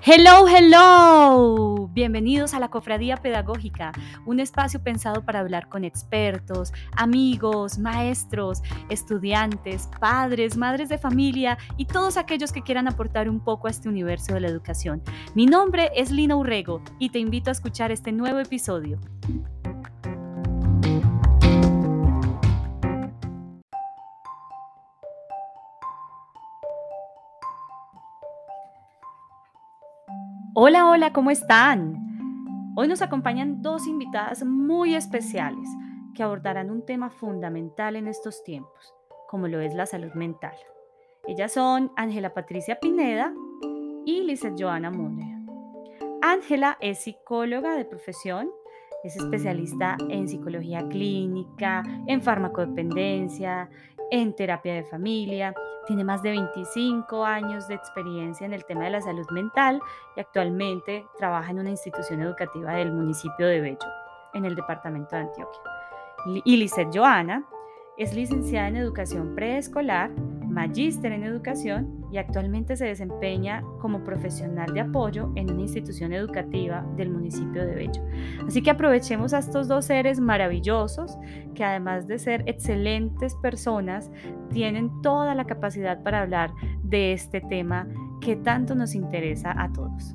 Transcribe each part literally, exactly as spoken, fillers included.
Hello, hello. Bienvenidos a la Cofradía Pedagógica, un espacio pensado para hablar con expertos, amigos, maestros, estudiantes, padres, madres de familia y todos aquellos que quieran aportar un poco a este universo de la educación. Mi nombre es Lina Urrego y te invito a escuchar este nuevo episodio. Hola, hola, ¿cómo están? Hoy nos acompañan dos invitadas muy especiales que abordarán un tema fundamental en estos tiempos, como lo es la salud mental. Ellas son Ángela Patricia Pineda y Lizeth Joana Muner. Ángela es psicóloga de profesión, es especialista en psicología clínica, en farmacodependencia, en terapia de familia. Tiene más de veinticinco años de experiencia en el tema de la salud mental y actualmente trabaja en una institución educativa del municipio de Bello, en el departamento de Antioquia. Y Lizeth Joana es licenciada en educación preescolar, magíster en educación y actualmente se desempeña como profesional de apoyo en una institución educativa del municipio de Bello. Así que aprovechemos a estos dos seres maravillosos que, además de ser excelentes personas, tienen toda la capacidad para hablar de este tema que tanto nos interesa a todos.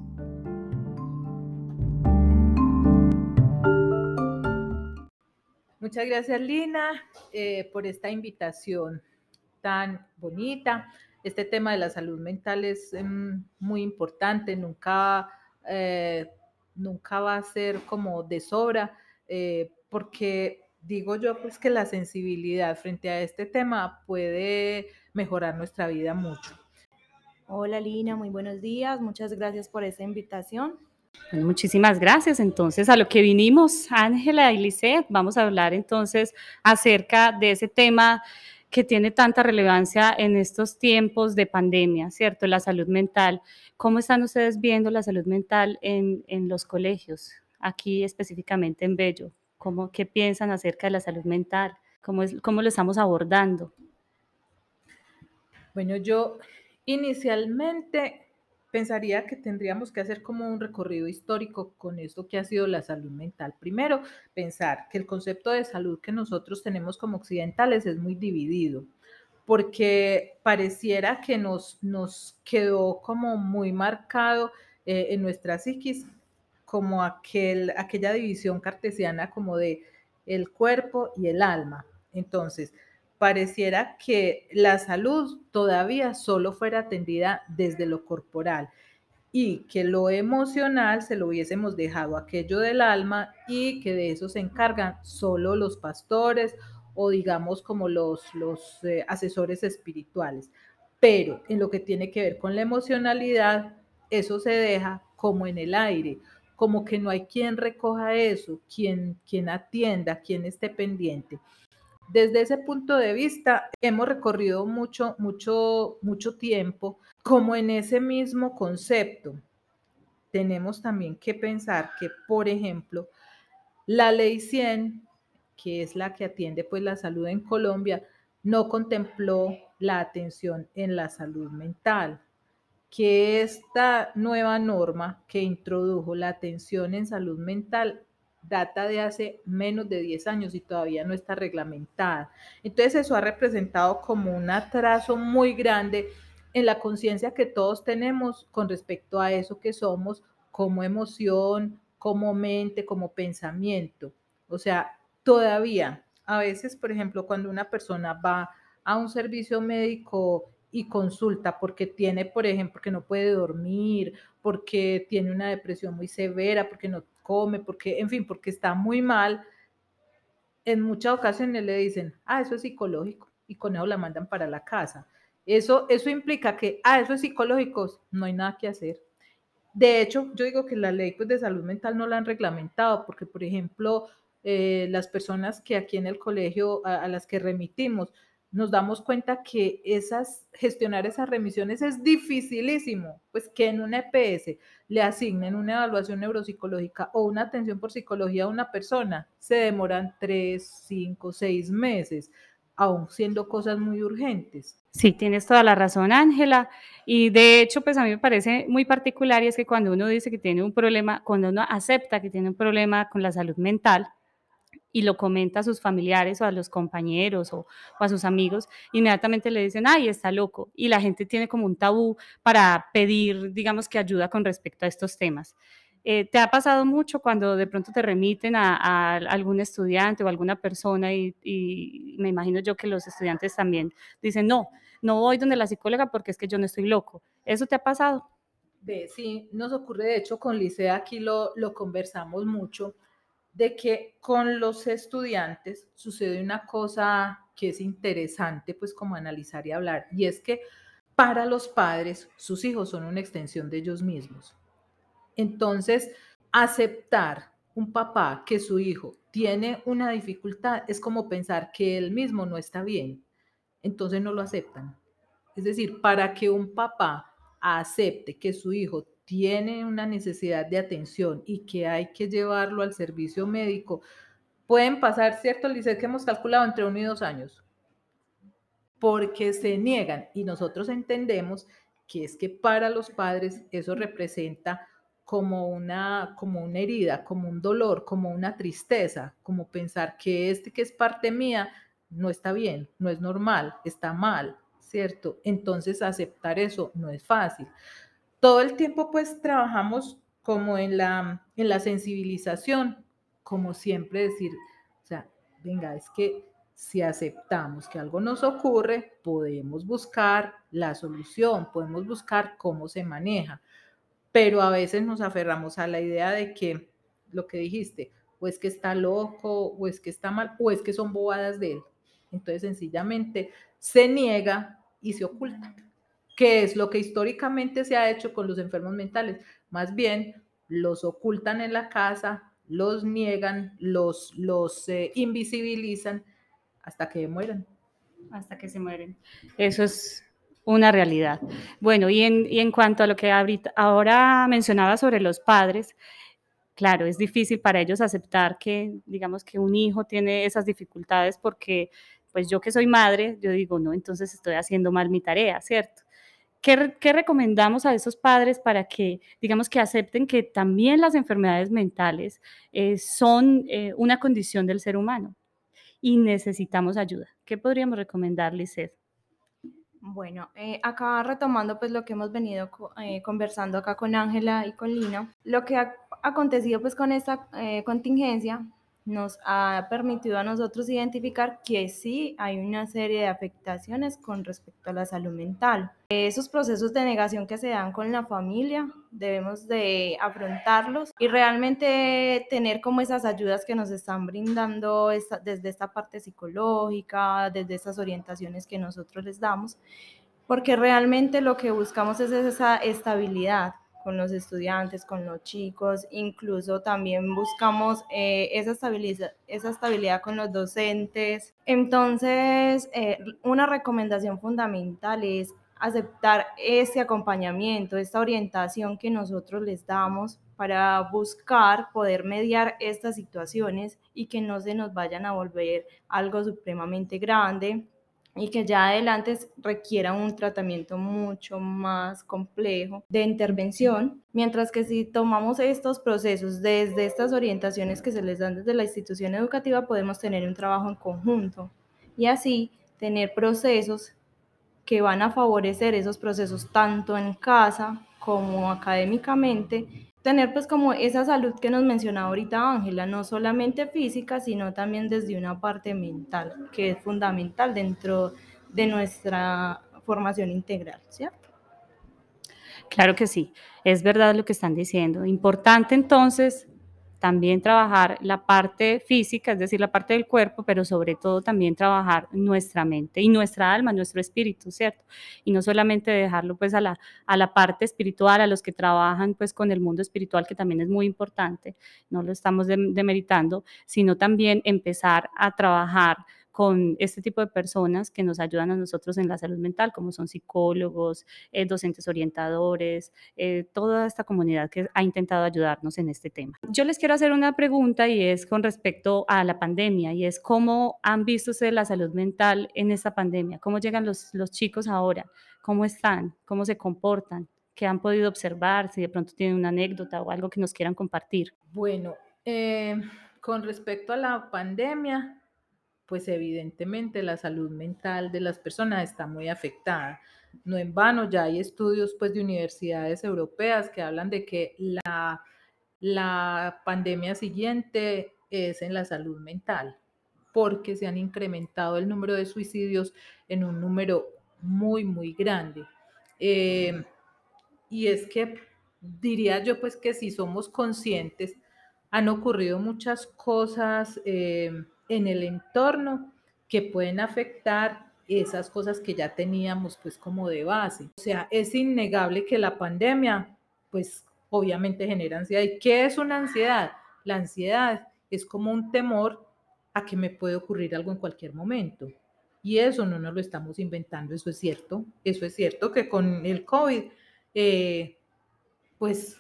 Muchas gracias, Lina, eh, por esta invitación tan bonita. Este tema de la salud mental es eh, muy importante, nunca, eh, nunca va a ser como de sobra, eh, porque digo yo pues que la sensibilidad frente a este tema puede mejorar nuestra vida mucho. Hola Lina, muy buenos días, muchas gracias por esta invitación. Bueno, muchísimas gracias. Entonces, a lo que vinimos, Ángela y Lizeth, vamos a hablar entonces acerca de ese tema que tiene tanta relevancia en estos tiempos de pandemia, ¿cierto? La salud mental. ¿Cómo están ustedes viendo la salud mental en, en los colegios, aquí específicamente en Bello? ¿Cómo, ¿Qué piensan acerca de la salud mental? ¿Cómo, es, cómo lo estamos abordando? Bueno, yo inicialmente pensaría que tendríamos que hacer como un recorrido histórico con esto que ha sido la salud mental. Primero, pensar que el concepto de salud que nosotros tenemos como occidentales es muy dividido, porque pareciera que nos, nos quedó como muy marcado eh, en nuestra psiquis como aquel, aquella división cartesiana como de el cuerpo y el alma. Entonces, pareciera que la salud todavía solo fuera atendida desde lo corporal y que lo emocional se lo hubiésemos dejado aquello del alma y que de eso se encargan solo los pastores o digamos como los, los eh, asesores espirituales. Pero en lo que tiene que ver con la emocionalidad, eso se deja como en el aire, como que no hay quien recoja eso, quien, quien atienda, quien esté pendiente. Desde ese punto de vista, hemos recorrido mucho, mucho, mucho tiempo como en ese mismo concepto. Tenemos también que pensar que, por ejemplo, la ley cien, que es la que atiende pues la salud en Colombia, no contempló la atención en la salud mental, que esta nueva norma que introdujo la atención en salud mental data de hace menos de diez años y todavía no está reglamentada. Entonces eso ha representado como un atraso muy grande en la conciencia que todos tenemos con respecto a eso que somos como emoción, como mente, como pensamiento. O sea, todavía, a veces, por ejemplo, cuando una persona va a un servicio médico y consulta porque tiene, por ejemplo, que no puede dormir, porque tiene una depresión muy severa, porque no come, porque, en fin, porque está muy mal, en muchas ocasiones le dicen, ah, eso es psicológico, y con eso la mandan para la casa. Eso, eso implica que, ah, eso es psicológico, no hay nada que hacer. De hecho, yo digo que la ley pues, de salud mental no la han reglamentado, porque, por ejemplo, eh, las personas que aquí en el colegio a, a, las que remitimos, nos damos cuenta que esas, gestionar esas remisiones es dificilísimo, pues que en una E P S le asignen una evaluación neuropsicológica o una atención por psicología a una persona, se demoran tres, cinco, seis meses, aun siendo cosas muy urgentes. Sí, tienes toda la razón, Ángela. Y de hecho, pues a mí me parece muy particular y es que cuando uno dice que tiene un problema, cuando uno acepta que tiene un problema con la salud mental y lo comenta a sus familiares o a los compañeros o, o a sus amigos, inmediatamente le dicen, ay, está loco. Y la gente tiene como un tabú para pedir, digamos, que ayuda con respecto a estos temas. Eh, ¿Te ha pasado mucho cuando de pronto te remiten a, a algún estudiante o alguna persona y, y me imagino yo que los estudiantes también dicen, no, no voy donde la psicóloga porque es que yo no estoy loco? ¿Eso te ha pasado? Ve, sí, nos ocurre, de hecho, con Licea aquí lo, lo conversamos mucho, de que con los estudiantes sucede una cosa que es interesante, pues como analizar y hablar, y es que para los padres, sus hijos son una extensión de ellos mismos. Entonces, aceptar un papá que su hijo tiene una dificultad es como pensar que él mismo no está bien, entonces no lo aceptan. Es decir, para que un papá acepte que su hijo tiene una necesidad de atención y que hay que llevarlo al servicio médico, pueden pasar, ¿cierto, Lisset, que hemos calculado entre uno y dos años? Porque se niegan y nosotros entendemos que es que para los padres eso representa como una, como una herida, como un dolor, como una tristeza, como pensar que este que es parte mía no está bien, no es normal, está mal, ¿cierto? Entonces aceptar eso no es fácil. Todo el tiempo pues trabajamos como en la, en la sensibilización, como siempre decir, o sea, venga, es que si aceptamos que algo nos ocurre, podemos buscar la solución, podemos buscar cómo se maneja, pero a veces nos aferramos a la idea de que lo que dijiste, o es que está loco, o es que está mal, o es que son bobadas de él. Entonces sencillamente se niega y se oculta, que es lo que históricamente se ha hecho con los enfermos mentales. Más bien los ocultan en la casa, los niegan, los, los eh, invisibilizan hasta que mueran. Hasta que se mueren. Eso es una realidad. Bueno, y en, y en cuanto a lo que ahorita, ahora mencionaba sobre los padres, claro, es difícil para ellos aceptar que, digamos, que un hijo tiene esas dificultades porque, pues yo que soy madre, yo digo, no, entonces estoy haciendo mal mi tarea, ¿cierto? ¿Qué, qué recomendamos a esos padres para que, digamos, que acepten que también las enfermedades mentales eh, son eh, una condición del ser humano y necesitamos ayuda? ¿Qué podríamos recomendar, Lisset? Bueno, eh, acá retomando pues lo que hemos venido co- eh, conversando acá con Ángela y con Lina, lo que ha acontecido pues con esta eh, contingencia nos ha permitido a nosotros identificar que sí hay una serie de afectaciones con respecto a la salud mental. Esos procesos de negación que se dan con la familia debemos de afrontarlos y realmente tener como esas ayudas que nos están brindando esta- desde esta parte psicológica, desde estas orientaciones que nosotros les damos, porque realmente lo que buscamos es esa estabilidad con los estudiantes, con los chicos, incluso también buscamos eh, esa, estabilidad, esa estabilidad con los docentes. Entonces, eh, una recomendación fundamental es aceptar este acompañamiento, esta orientación que nosotros les damos para buscar poder mediar estas situaciones y que no se nos vayan a volver algo supremamente grande y que ya adelante requiera un tratamiento mucho más complejo de intervención, mientras que si tomamos estos procesos desde estas orientaciones que se les dan desde la institución educativa, podemos tener un trabajo en conjunto y así tener procesos que van a favorecer esos procesos tanto en casa como académicamente, tener pues como esa salud que nos mencionaba ahorita Ángela, no solamente física, sino también desde una parte mental, que es fundamental dentro de nuestra formación integral, ¿cierto? Claro que sí, es verdad lo que están diciendo. Importante entonces también trabajar la parte física, es decir, la parte del cuerpo, pero sobre todo también trabajar nuestra mente y nuestra alma, nuestro espíritu, ¿cierto? Y no solamente dejarlo pues a la, a la parte espiritual, a los que trabajan pues con el mundo espiritual, que también es muy importante, no lo estamos demeritando, sino también empezar a trabajar con este tipo de personas que nos ayudan a nosotros en la salud mental, como son psicólogos, eh, docentes orientadores, eh, toda esta comunidad que ha intentado ayudarnos en este tema. Yo les quiero hacer una pregunta y es con respecto a la pandemia y es cómo han visto ustedes la salud mental en esta pandemia, cómo llegan los, los chicos ahora, cómo están, cómo se comportan, qué han podido observar, si de pronto tienen una anécdota o algo que nos quieran compartir. Bueno, eh, con respecto a la pandemia, pues evidentemente la salud mental de las personas está muy afectada. No en vano, ya hay estudios pues de universidades europeas que hablan de que la, la pandemia siguiente es en la salud mental, porque se han incrementado el número de suicidios en un número muy, muy grande. Eh, y es que diría yo pues que si somos conscientes, han ocurrido muchas cosas eh, en el entorno que pueden afectar esas cosas que ya teníamos pues como de base. O sea, es innegable que la pandemia pues obviamente genera ansiedad. ¿Y qué es una ansiedad? La ansiedad es como un temor a que me puede ocurrir algo en cualquier momento. Y eso no nos lo estamos inventando, eso es cierto. Eso es cierto que con el COVID eh, pues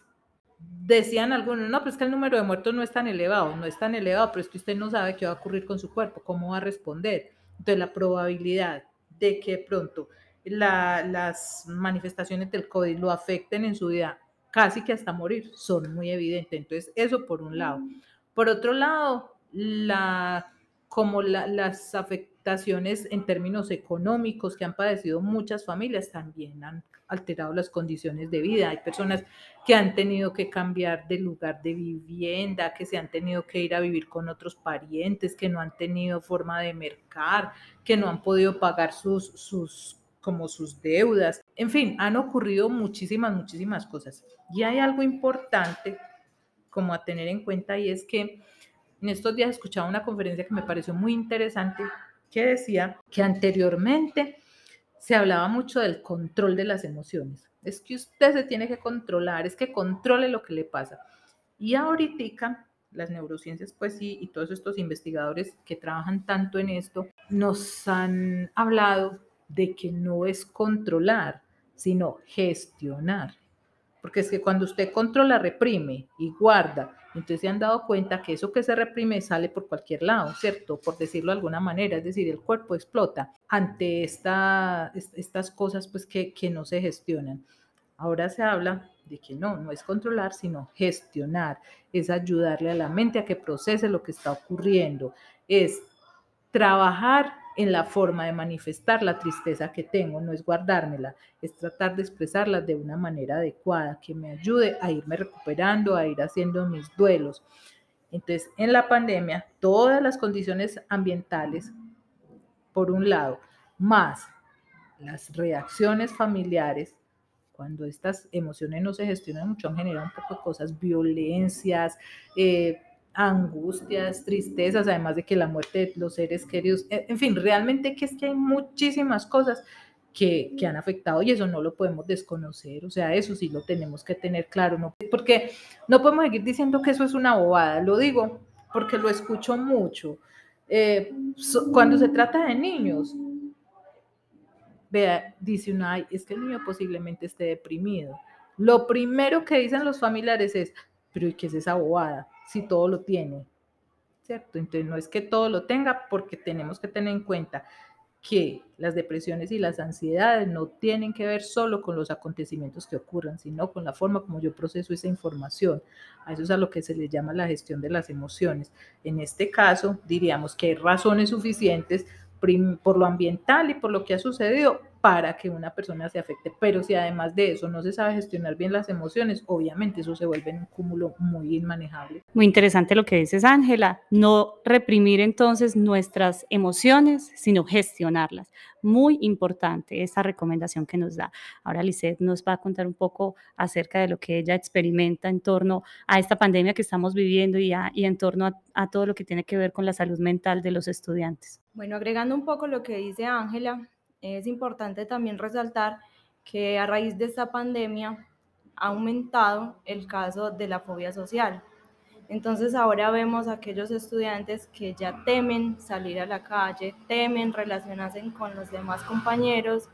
decían algunos, no, pues que el número de muertos no es tan elevado, no es tan elevado, pero es que usted no sabe qué va a ocurrir con su cuerpo, cómo va a responder. Entonces la probabilidad de que pronto la, las manifestaciones del COVID lo afecten en su vida, casi que hasta morir, son muy evidentes. Entonces eso por un lado. Por otro lado, la, como la, las afectaciones en términos económicos que han padecido muchas familias también han alterado las condiciones de vida. Hay personas que han tenido que cambiar de lugar de vivienda, que se han tenido que ir a vivir con otros parientes, que no han tenido forma de mercar, que no han podido pagar sus, sus, como sus deudas. En fin, han ocurrido muchísimas, muchísimas cosas. Y hay algo importante como a tener en cuenta y es que en estos días escuchaba una conferencia que me pareció muy interesante que decía que anteriormente se hablaba mucho del control de las emociones. Es que usted se tiene que controlar, es que controle lo que le pasa. Y ahorita las neurociencias, pues sí, y todos estos investigadores que trabajan tanto en esto, nos han hablado de que no es controlar, sino gestionar. Porque es que cuando usted controla, reprime y guarda, entonces se han dado cuenta que eso que se reprime sale por cualquier lado, ¿cierto? Por decirlo de alguna manera, es decir, el cuerpo explota ante esta, estas cosas pues que, que no se gestionan. Ahora se habla de que no, no es controlar, sino gestionar, es ayudarle a la mente a que procese lo que está ocurriendo, es trabajar en la forma de manifestar la tristeza que tengo, no es guardármela, es tratar de expresarla de una manera adecuada, que me ayude a irme recuperando, a ir haciendo mis duelos. Entonces, en la pandemia, todas las condiciones ambientales, por un lado, más las reacciones familiares, cuando estas emociones no se gestionan mucho, han generado un poco de cosas, violencias, eh, angustias, tristezas, además de que la muerte de los seres queridos, en fin, realmente que es que hay muchísimas cosas que, que han afectado y eso no lo podemos desconocer, o sea, eso sí lo tenemos que tener claro, ¿no? Porque no podemos seguir diciendo que eso es una bobada, lo digo porque lo escucho mucho. Eh, so, cuando se trata de niños, vea, dice una, ay, es que el niño posiblemente esté deprimido. Lo primero que dicen los familiares es, pero ¿y qué es esa bobada? Si todo lo tiene, ¿cierto? Entonces no es que todo lo tenga, porque tenemos que tener en cuenta que las depresiones y las ansiedades no tienen que ver solo con los acontecimientos que ocurran, sino con la forma como yo proceso esa información. A eso es a lo que se le llama la gestión de las emociones. En este caso, diríamos que hay razones suficientes por lo ambiental y por lo que ha sucedido para que una persona se afecte. Pero si además de eso no se sabe gestionar bien las emociones, obviamente eso se vuelve en un cúmulo muy inmanejable. Muy interesante lo que dices, Ángela. No reprimir entonces nuestras emociones, sino gestionarlas. Muy importante esta recomendación que nos da. Ahora Lisette nos va a contar un poco acerca de lo que ella experimenta en torno a esta pandemia que estamos viviendo y, a, y en torno a, a todo lo que tiene que ver con la salud mental de los estudiantes. Bueno, agregando un poco lo que dice Ángela, es importante también resaltar que a raíz de esta pandemia ha aumentado el caso de la fobia social. Entonces ahora vemos a aquellos estudiantes que ya temen salir a la calle, temen relacionarse con los demás compañeros.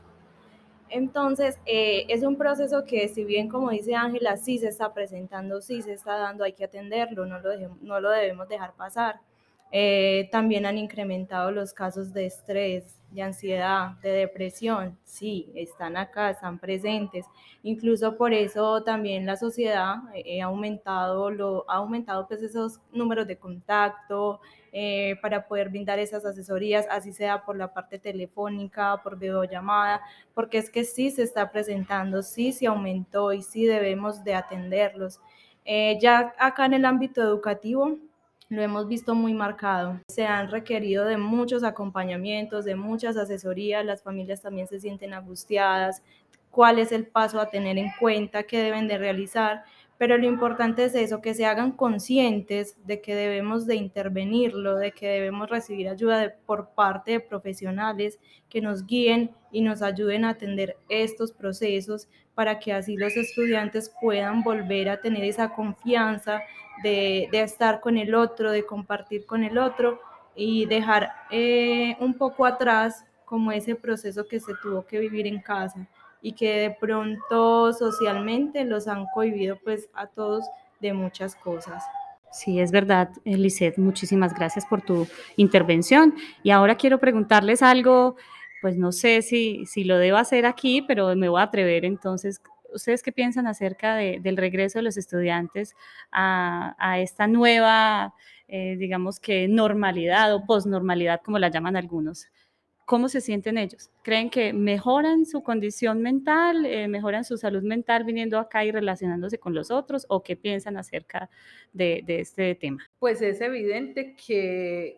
Entonces, eh, es un proceso que, si bien, como dice Ángela, sí se está presentando, sí se está dando, hay que atenderlo, no lo, dejemos, no lo debemos dejar pasar. Eh, también han incrementado los casos de estrés, de ansiedad, de depresión, sí, están acá, están presentes. Incluso por eso también la sociedad eh, ha aumentado, lo, ha aumentado pues esos números de contacto, eh, para poder brindar esas asesorías, así sea por la parte telefónica, por videollamada, porque es que sí se está presentando, sí se aumentó y sí debemos de atenderlos. Eh, ya acá en el ámbito educativo lo hemos visto muy marcado. Se han requerido de muchos acompañamientos, de muchas asesorías, las familias también se sienten angustiadas, cuál es el paso a tener en cuenta, qué deben de realizar, pero lo importante es eso, que se hagan conscientes de que debemos de intervenirlo, de que debemos recibir ayuda de, por parte de profesionales que nos guíen y nos ayuden a atender estos procesos para que así los estudiantes puedan volver a tener esa confianza de, de estar con el otro, de compartir con el otro y dejar eh, un poco atrás como ese proceso que se tuvo que vivir en casa y que de pronto socialmente los han cohibido pues a todos de muchas cosas. Sí, es verdad, Lisset, muchísimas gracias por tu intervención. Y ahora quiero preguntarles algo, pues no sé si, si lo debo hacer aquí, pero me voy a atrever. Entonces, ¿ustedes qué piensan acerca de- del regreso de los estudiantes a, a esta nueva, eh, digamos que normalidad o posnormalidad, como la llaman algunos? ¿Cómo se sienten ellos? ¿Creen que mejoran su condición mental, eh, mejoran su salud mental viniendo acá y relacionándose con los otros? ¿O qué piensan acerca de, de este tema? Pues es evidente que,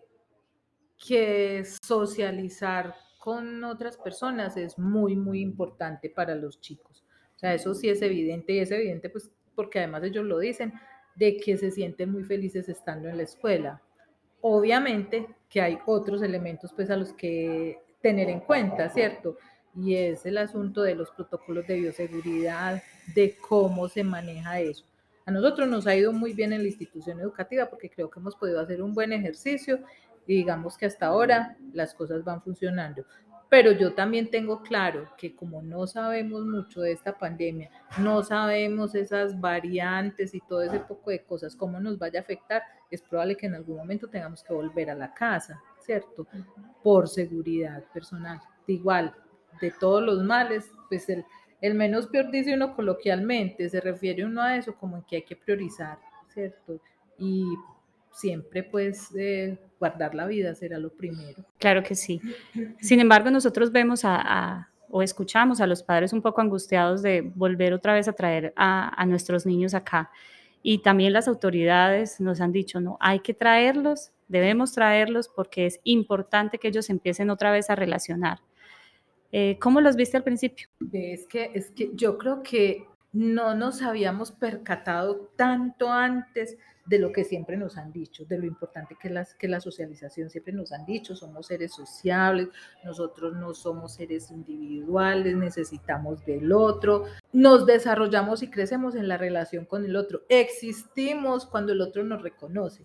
que socializar con otras personas es muy, muy importante para los chicos. O sea, eso sí es evidente y es evidente pues porque además ellos lo dicen, de que se sienten muy felices estando en la escuela. Obviamente que hay otros elementos pues a los que tener en cuenta, ¿cierto? Y es el asunto de los protocolos de bioseguridad, de cómo se maneja eso. A nosotros nos ha ido muy bien en la institución educativa porque creo que hemos podido hacer un buen ejercicio y digamos que hasta ahora las cosas van funcionando. Pero yo también tengo claro que como no sabemos mucho de esta pandemia, no sabemos esas variantes y todo ese poco de cosas, cómo nos vaya a afectar, es probable que en algún momento tengamos que volver a la casa, ¿cierto? Por seguridad personal. De igual, de todos los males, pues el, el menos peor dice uno coloquialmente, se refiere uno a eso como en que hay que priorizar, ¿cierto? Y siempre pues eh, guardar la vida será lo primero. Claro que sí. Sin embargo, nosotros vemos a, a, o escuchamos a los padres un poco angustiados de volver otra vez a traer a, a nuestros niños acá. Y también las autoridades nos han dicho, no, hay que traerlos, debemos traerlos porque es importante que ellos empiecen otra vez a relacionar. Eh, ¿Cómo los viste al principio? Es que, es que yo creo que no nos habíamos percatado tanto antes de lo que siempre nos han dicho, de lo importante que, las, que la socialización siempre nos han dicho, somos seres sociables, nosotros no somos seres individuales, necesitamos del otro, nos desarrollamos y crecemos en la relación con el otro, existimos cuando el otro nos reconoce.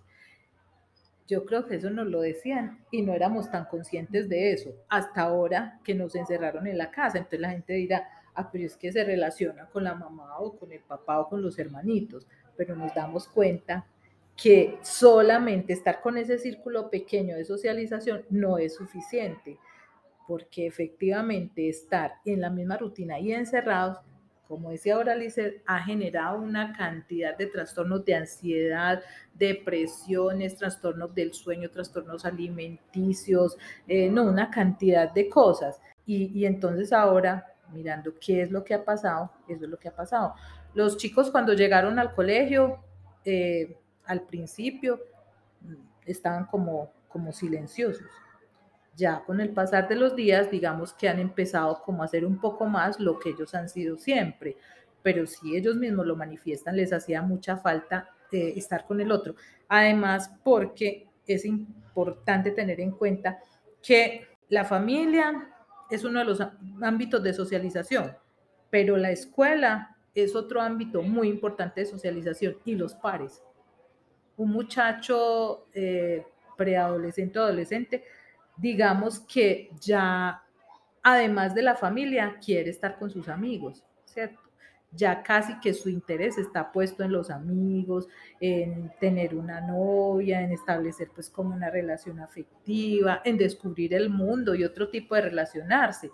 Yo creo que eso nos lo decían y no éramos tan conscientes de eso hasta ahora que nos encerraron en la casa. Entonces la gente dirá, ah, pero es que se relaciona con la mamá o con el papá o con los hermanitos, pero nos damos cuenta que solamente estar con ese círculo pequeño de socialización no es suficiente, porque efectivamente estar en la misma rutina y encerrados, como decía ahora Lice, ha generado una cantidad de trastornos de ansiedad, depresiones, trastornos del sueño, trastornos alimenticios, eh, no, una cantidad de cosas. Y, y entonces ahora, mirando qué es lo que ha pasado, eso es lo que ha pasado. Los chicos cuando llegaron al colegio, eh, al principio, estaban como, como silenciosos. Ya con el pasar de los días, digamos que han empezado como a hacer un poco más lo que ellos han sido siempre, pero si ellos mismos lo manifiestan, les hacía mucha falta eh, estar con el otro. Además, porque es importante tener en cuenta que la familia es uno de los ámbitos de socialización, pero la escuela es otro ámbito muy importante de socialización y los pares. un muchacho eh, preadolescente o adolescente, digamos que ya, además de la familia, quiere estar con sus amigos, ¿cierto? Ya casi que su interés está puesto en los amigos, en tener una novia, en establecer pues como una relación afectiva, en descubrir el mundo y otro tipo de relacionarse.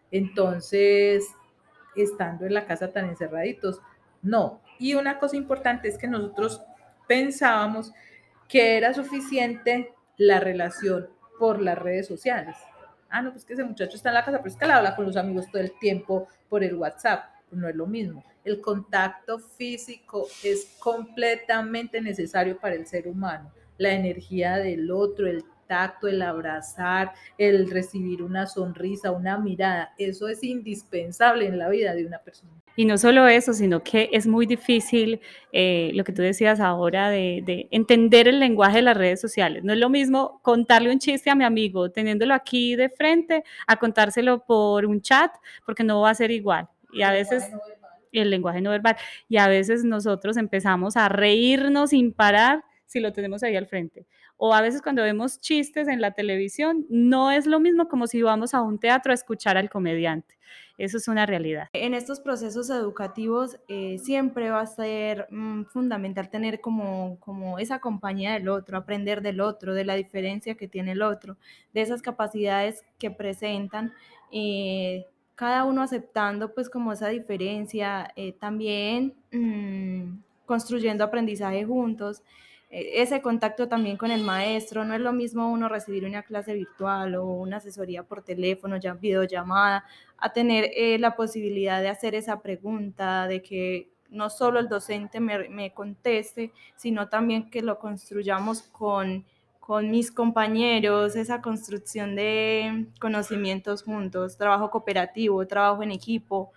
Entonces, estando en la casa tan encerraditos, no. Y una cosa importante es que nosotros pensábamos que era suficiente la relación por las redes sociales. Ah, no, pues que ese muchacho está en la casa, pero es que le habla con los amigos todo el tiempo por el WhatsApp. Pues no es lo mismo. El contacto físico es completamente necesario para el ser humano. La energía del otro, el tacto, el abrazar, el recibir una sonrisa, una mirada, eso es indispensable en la vida de una persona. Y no solo eso, sino que es muy difícil eh, lo que tú decías ahora de, de entender el lenguaje de las redes sociales. No es lo mismo contarle un chiste a mi amigo teniéndolo aquí de frente a contárselo por un chat, porque no va a ser igual. Y a veces el lenguaje no verbal. Y a veces nosotros empezamos a reírnos sin parar si lo tenemos ahí al frente. O a veces cuando vemos chistes en la televisión, no es lo mismo como si vamos a un teatro a escuchar al comediante. Eso es una realidad. En estos procesos educativos eh, siempre va a ser mm, fundamental tener como, como esa compañía del otro, aprender del otro, de la diferencia que tiene el otro, de esas capacidades que presentan, eh, cada uno aceptando pues como esa diferencia, eh, también mmm, construyendo aprendizaje juntos. Ese contacto también con el maestro, no es lo mismo uno recibir una clase virtual o una asesoría por teléfono, ya videollamada, a tener eh, la posibilidad de hacer esa pregunta, de que no solo el docente me, me conteste, sino también que lo construyamos con, con mis compañeros, esa construcción de conocimientos juntos, trabajo cooperativo, trabajo en equipo,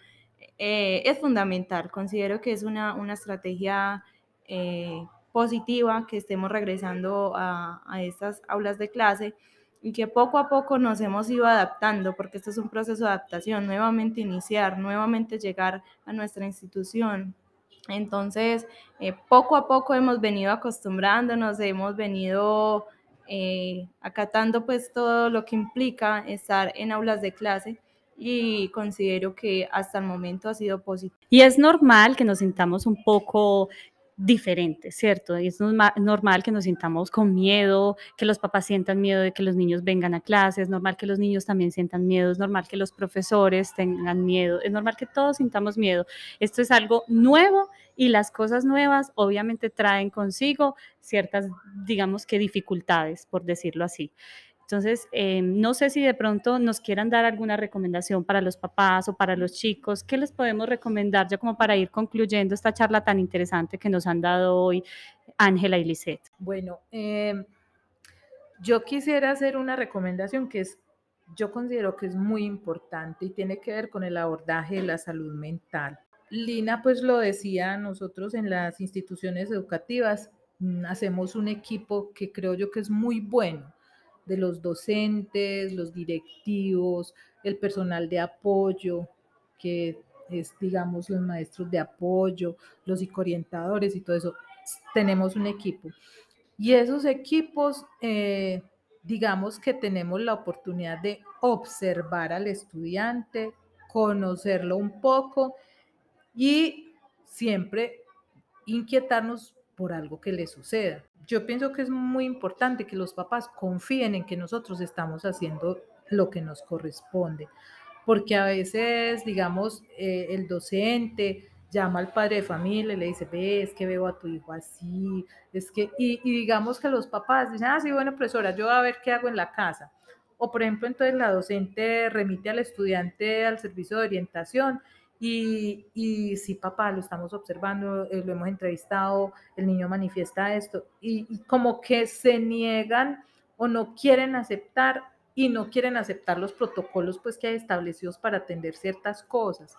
eh, es fundamental. Considero que es una, una estrategia eh, positiva que estemos regresando a, a estas aulas de clase y que poco a poco nos hemos ido adaptando, porque esto es un proceso de adaptación, nuevamente iniciar, nuevamente llegar a nuestra institución. Entonces, eh, poco a poco hemos venido acostumbrándonos, hemos venido eh, acatando pues todo lo que implica estar en aulas de clase, y considero que hasta el momento ha sido positivo. Y es normal que nos sintamos un poco diferentes, ¿cierto? Y es norma- normal que nos sintamos con miedo, que los papás sientan miedo de que los niños vengan a clases, es normal que los niños también sientan miedo, es normal que los profesores tengan miedo, es normal que todos sintamos miedo. Esto es algo nuevo y las cosas nuevas obviamente traen consigo ciertas, digamos que dificultades, por decirlo así. Entonces, eh, no sé si de pronto nos quieran dar alguna recomendación para los papás o para los chicos. ¿Qué les podemos recomendar ya como para ir concluyendo esta charla tan interesante que nos han dado hoy Ángela y Lisette? Bueno, eh, yo quisiera hacer una recomendación que es, yo considero que es muy importante y tiene que ver con el abordaje de la salud mental. Lina pues lo decía, nosotros en las instituciones educativas mm, hacemos un equipo que creo yo que es muy bueno, de los docentes, los directivos, el personal de apoyo, que es, digamos, los maestros de apoyo, los psicoorientadores y todo eso. Tenemos un equipo. Y esos equipos, eh, digamos que tenemos la oportunidad de observar al estudiante, conocerlo un poco y siempre inquietarnos por algo que le suceda. Yo pienso que es muy importante que los papás confíen en que nosotros estamos haciendo lo que nos corresponde, porque a veces, digamos, eh, el docente llama al padre de familia y le dice, ve, es que veo a tu hijo así, es que, y, y digamos que los papás dicen, ah, sí, bueno, profesora, yo voy a ver qué hago en la casa. O por ejemplo, entonces la docente remite al estudiante al servicio de orientación y, y sí, papá, lo estamos observando, eh, lo hemos entrevistado, el niño manifiesta esto, y, y como que se niegan o no quieren aceptar y no quieren aceptar los protocolos pues que hay establecidos para atender ciertas cosas.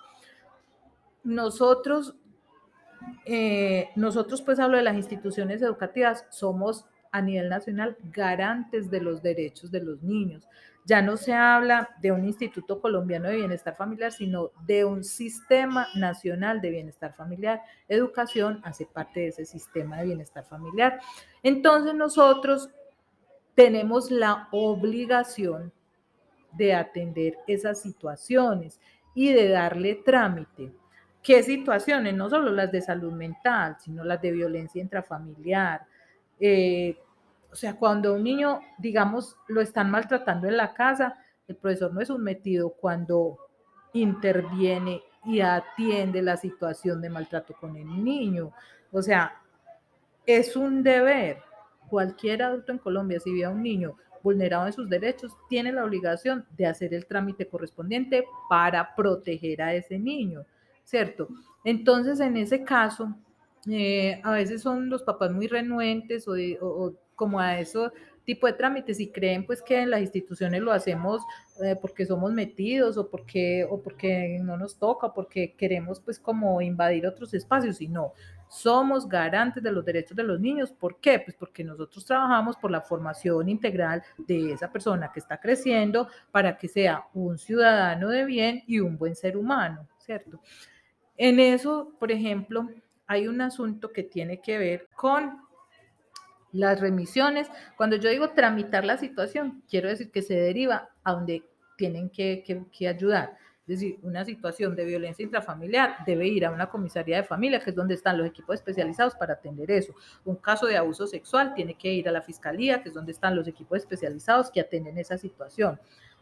Nosotros, eh, nosotros pues hablo de las instituciones educativas, somos a nivel nacional garantes de los derechos de los niños. Ya no se habla de un Instituto Colombiano de Bienestar Familiar, sino de un Sistema Nacional de Bienestar Familiar. Educación hace parte de ese sistema de bienestar familiar. Entonces nosotros tenemos la obligación de atender esas situaciones y de darle trámite. ¿Qué situaciones? No solo las de salud mental, sino las de violencia intrafamiliar. Eh, o sea, cuando un niño, digamos, lo están maltratando en la casa, el profesor no es un metido cuando interviene y atiende la situación de maltrato con el niño. O sea, es un deber. Cualquier adulto en Colombia, si ve a un niño vulnerado en sus derechos, tiene la obligación de hacer el trámite correspondiente para proteger a ese niño, ¿cierto? Entonces, en ese caso, eh, a veces son los papás muy renuentes o, de, o, o como a eso tipo de trámites y creen pues que en las instituciones lo hacemos eh, porque somos metidos o porque, o porque no nos toca, o porque queremos pues como invadir otros espacios y no, somos garantes de los derechos de los niños. ¿Por qué? Pues porque nosotros trabajamos por la formación integral de esa persona que está creciendo para que sea un ciudadano de bien y un buen ser humano, ¿cierto? En eso, por ejemplo, hay un asunto que tiene que ver con las remisiones. Cuando yo digo tramitar la situación, quiero decir que se deriva a donde tienen que, que, que ayudar. Es decir, una situación de violencia intrafamiliar debe ir a una comisaría de familia, que es donde están los equipos especializados para atender eso. Un caso de abuso sexual tiene que ir a la fiscalía, que es donde están los equipos especializados que atienden esa situación.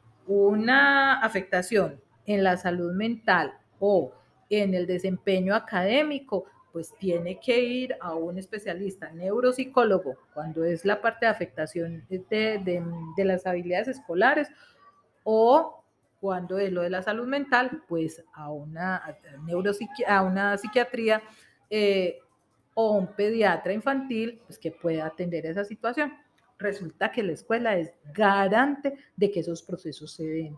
Una afectación en la salud mental o en el desempeño académico, pues tiene que ir a un especialista neuropsicólogo cuando es la parte de afectación de, de, de las habilidades escolares, o cuando es lo de la salud mental, pues a una, a a una psiquiatría eh, o un pediatra infantil pues, que pueda atender esa situación. Resulta que la escuela es garante de que esos procesos se den.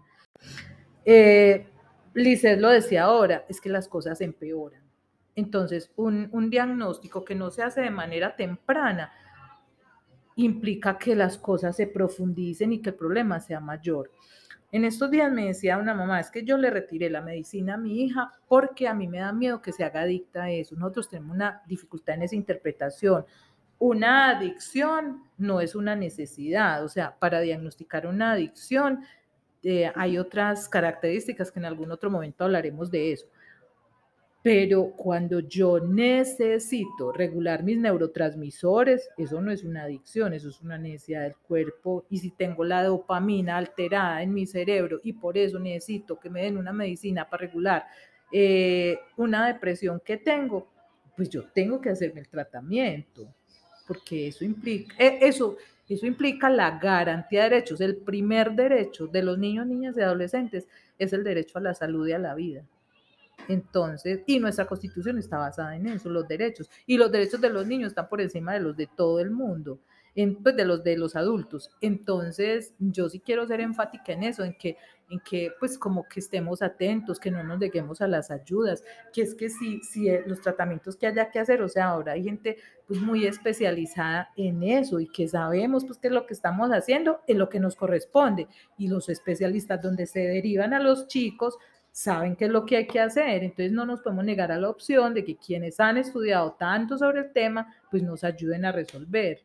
Eh, Lisset lo decía ahora, es que las cosas empeoran. Entonces, un, un diagnóstico que no se hace de manera temprana implica que las cosas se profundicen y que el problema sea mayor. En estos días me decía una mamá, es que yo le retiré la medicina a mi hija porque a mí me da miedo que se haga adicta a eso. Nosotros tenemos una dificultad en esa interpretación. Una adicción no es una necesidad, o sea, para diagnosticar una adicción eh, hay otras características que en algún otro momento hablaremos de eso. Pero cuando yo necesito regular mis neurotransmisores, eso no es una adicción, eso es una necesidad del cuerpo. Y si tengo la dopamina alterada en mi cerebro y por eso necesito que me den una medicina para regular eh, una depresión que tengo, pues yo tengo que hacerme el tratamiento, porque eso implica, eh, eso, eso implica la garantía de derechos. El primer derecho de los niños, niñas y adolescentes es el derecho a la salud y a la vida. Entonces, y nuestra constitución está basada en eso, los derechos. Y los derechos de los niños están por encima de los de todo el mundo, en, pues de los de los adultos. Entonces, yo sí quiero ser enfática en eso, en que, en que pues como que estemos atentos, que no nos neguemos a las ayudas, que es que si, si los tratamientos que haya que hacer, o sea, ahora hay gente pues muy especializada en eso y que sabemos pues qué es lo que estamos haciendo, en lo que nos corresponde. Y los especialistas donde se derivan a los chicos, saben qué es lo que hay que hacer. Entonces no nos podemos negar a la opción de que quienes han estudiado tanto sobre el tema, pues nos ayuden a resolver.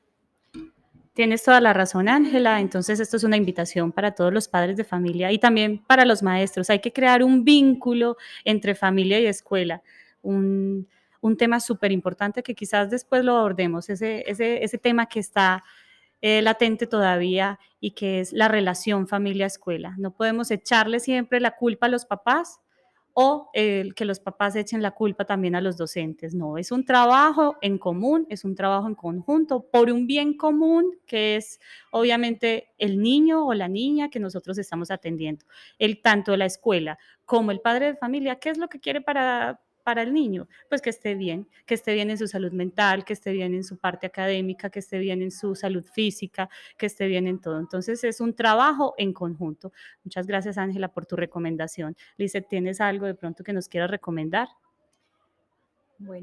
Tienes toda la razón, Ángela. Entonces, esto es una invitación para todos los padres de familia y también para los maestros. Hay que crear un vínculo entre familia y escuela, un, un tema súper importante que quizás después lo abordemos, ese, ese, ese tema que está eh, latente todavía y que es la relación familia-escuela. No podemos echarle siempre la culpa a los papás o eh, que los papás echen la culpa también a los docentes. No, es un trabajo en común, es un trabajo en conjunto por un bien común que es obviamente el niño o la niña que nosotros estamos atendiendo. El, tanto la escuela como el padre de familia, ¿qué es lo que quiere para, para el niño? Pues que esté bien, que esté bien en su salud mental, que esté bien en su parte académica, que esté bien en su salud física, que esté bien en todo. Entonces es un trabajo en conjunto. Muchas gracias, Ángela, por tu recomendación. Lisset, ¿tienes algo de pronto que nos quieras recomendar? Bueno,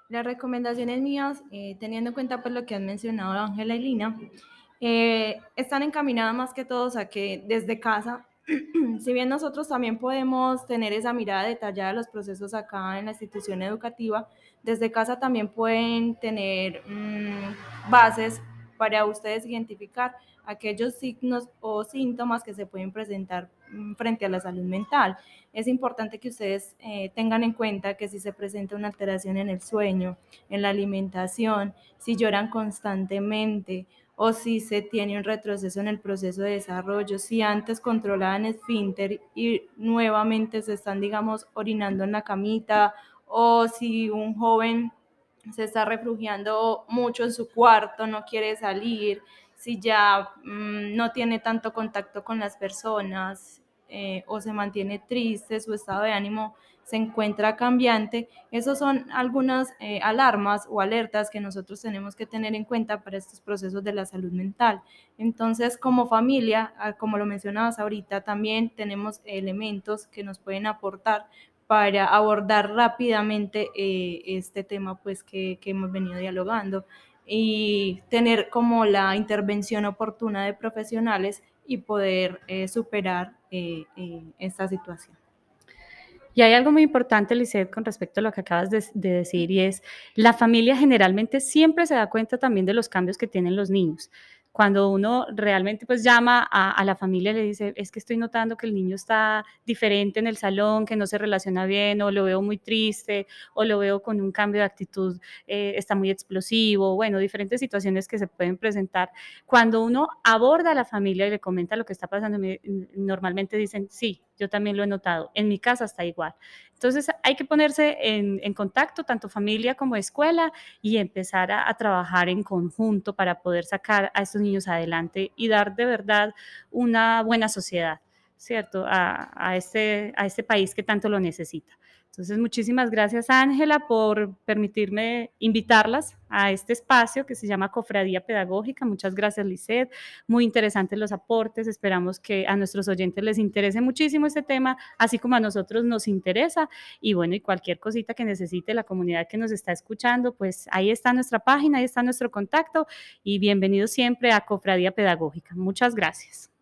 Las recomendaciones mías, eh, teniendo en cuenta pues lo que han mencionado Ángela y Lina, eh, están encaminadas más que todos a que desde casa, si bien nosotros también podemos tener esa mirada detallada de los procesos acá en la institución educativa, desde casa también pueden tener mmm, bases para ustedes identificar aquellos signos o síntomas que se pueden presentar mmm, frente a la salud mental. Es importante que ustedes eh, tengan en cuenta que si se presenta una alteración en el sueño, en la alimentación, si lloran constantemente, o si se tiene un retroceso en el proceso de desarrollo, si antes controlaban esfínter y nuevamente se están, digamos, orinando en la camita, o si un joven se está refugiando mucho en su cuarto, no quiere salir, si ya mmm, no tiene tanto contacto con las personas, eh, o se mantiene triste, su estado de ánimo se encuentra cambiante. Esas son algunas eh, alarmas o alertas que nosotros tenemos que tener en cuenta para estos procesos de la salud mental. Entonces, como familia, como lo mencionabas ahorita, también tenemos elementos que nos pueden aportar para abordar rápidamente eh, este tema pues, que, que hemos venido dialogando y tener como la intervención oportuna de profesionales y poder eh, superar eh, eh, esta situación. Y hay algo muy importante, Lisette, con respecto a lo que acabas de, de, decir, y es, la familia generalmente siempre se da cuenta también de los cambios que tienen los niños. Cuando uno realmente pues llama a, a la familia y le dice, es que estoy notando que el niño está diferente en el salón, que no se relaciona bien, o lo veo muy triste, o lo veo con un cambio de actitud, eh, está muy explosivo, bueno, diferentes situaciones que se pueden presentar. Cuando uno aborda a la familia y le comenta lo que está pasando, normalmente dicen, sí, yo también lo he notado, en mi casa está igual. Entonces hay que ponerse en, en contacto, tanto familia como escuela, y empezar a, a trabajar en conjunto para poder sacar a estos niños adelante y dar de verdad una buena sociedad, ¿cierto? A, a, este, a este país que tanto lo necesita. Entonces, muchísimas gracias, Ángela, por permitirme invitarlas a este espacio que se llama Cofradía Pedagógica. Muchas gracias, Lisette. Muy interesantes los aportes. Esperamos que a nuestros oyentes les interese muchísimo este tema, así como a nosotros nos interesa. Y bueno, y cualquier cosita que necesite la comunidad que nos está escuchando, pues ahí está nuestra página, ahí está nuestro contacto. Y bienvenidos siempre a Cofradía Pedagógica. Muchas gracias.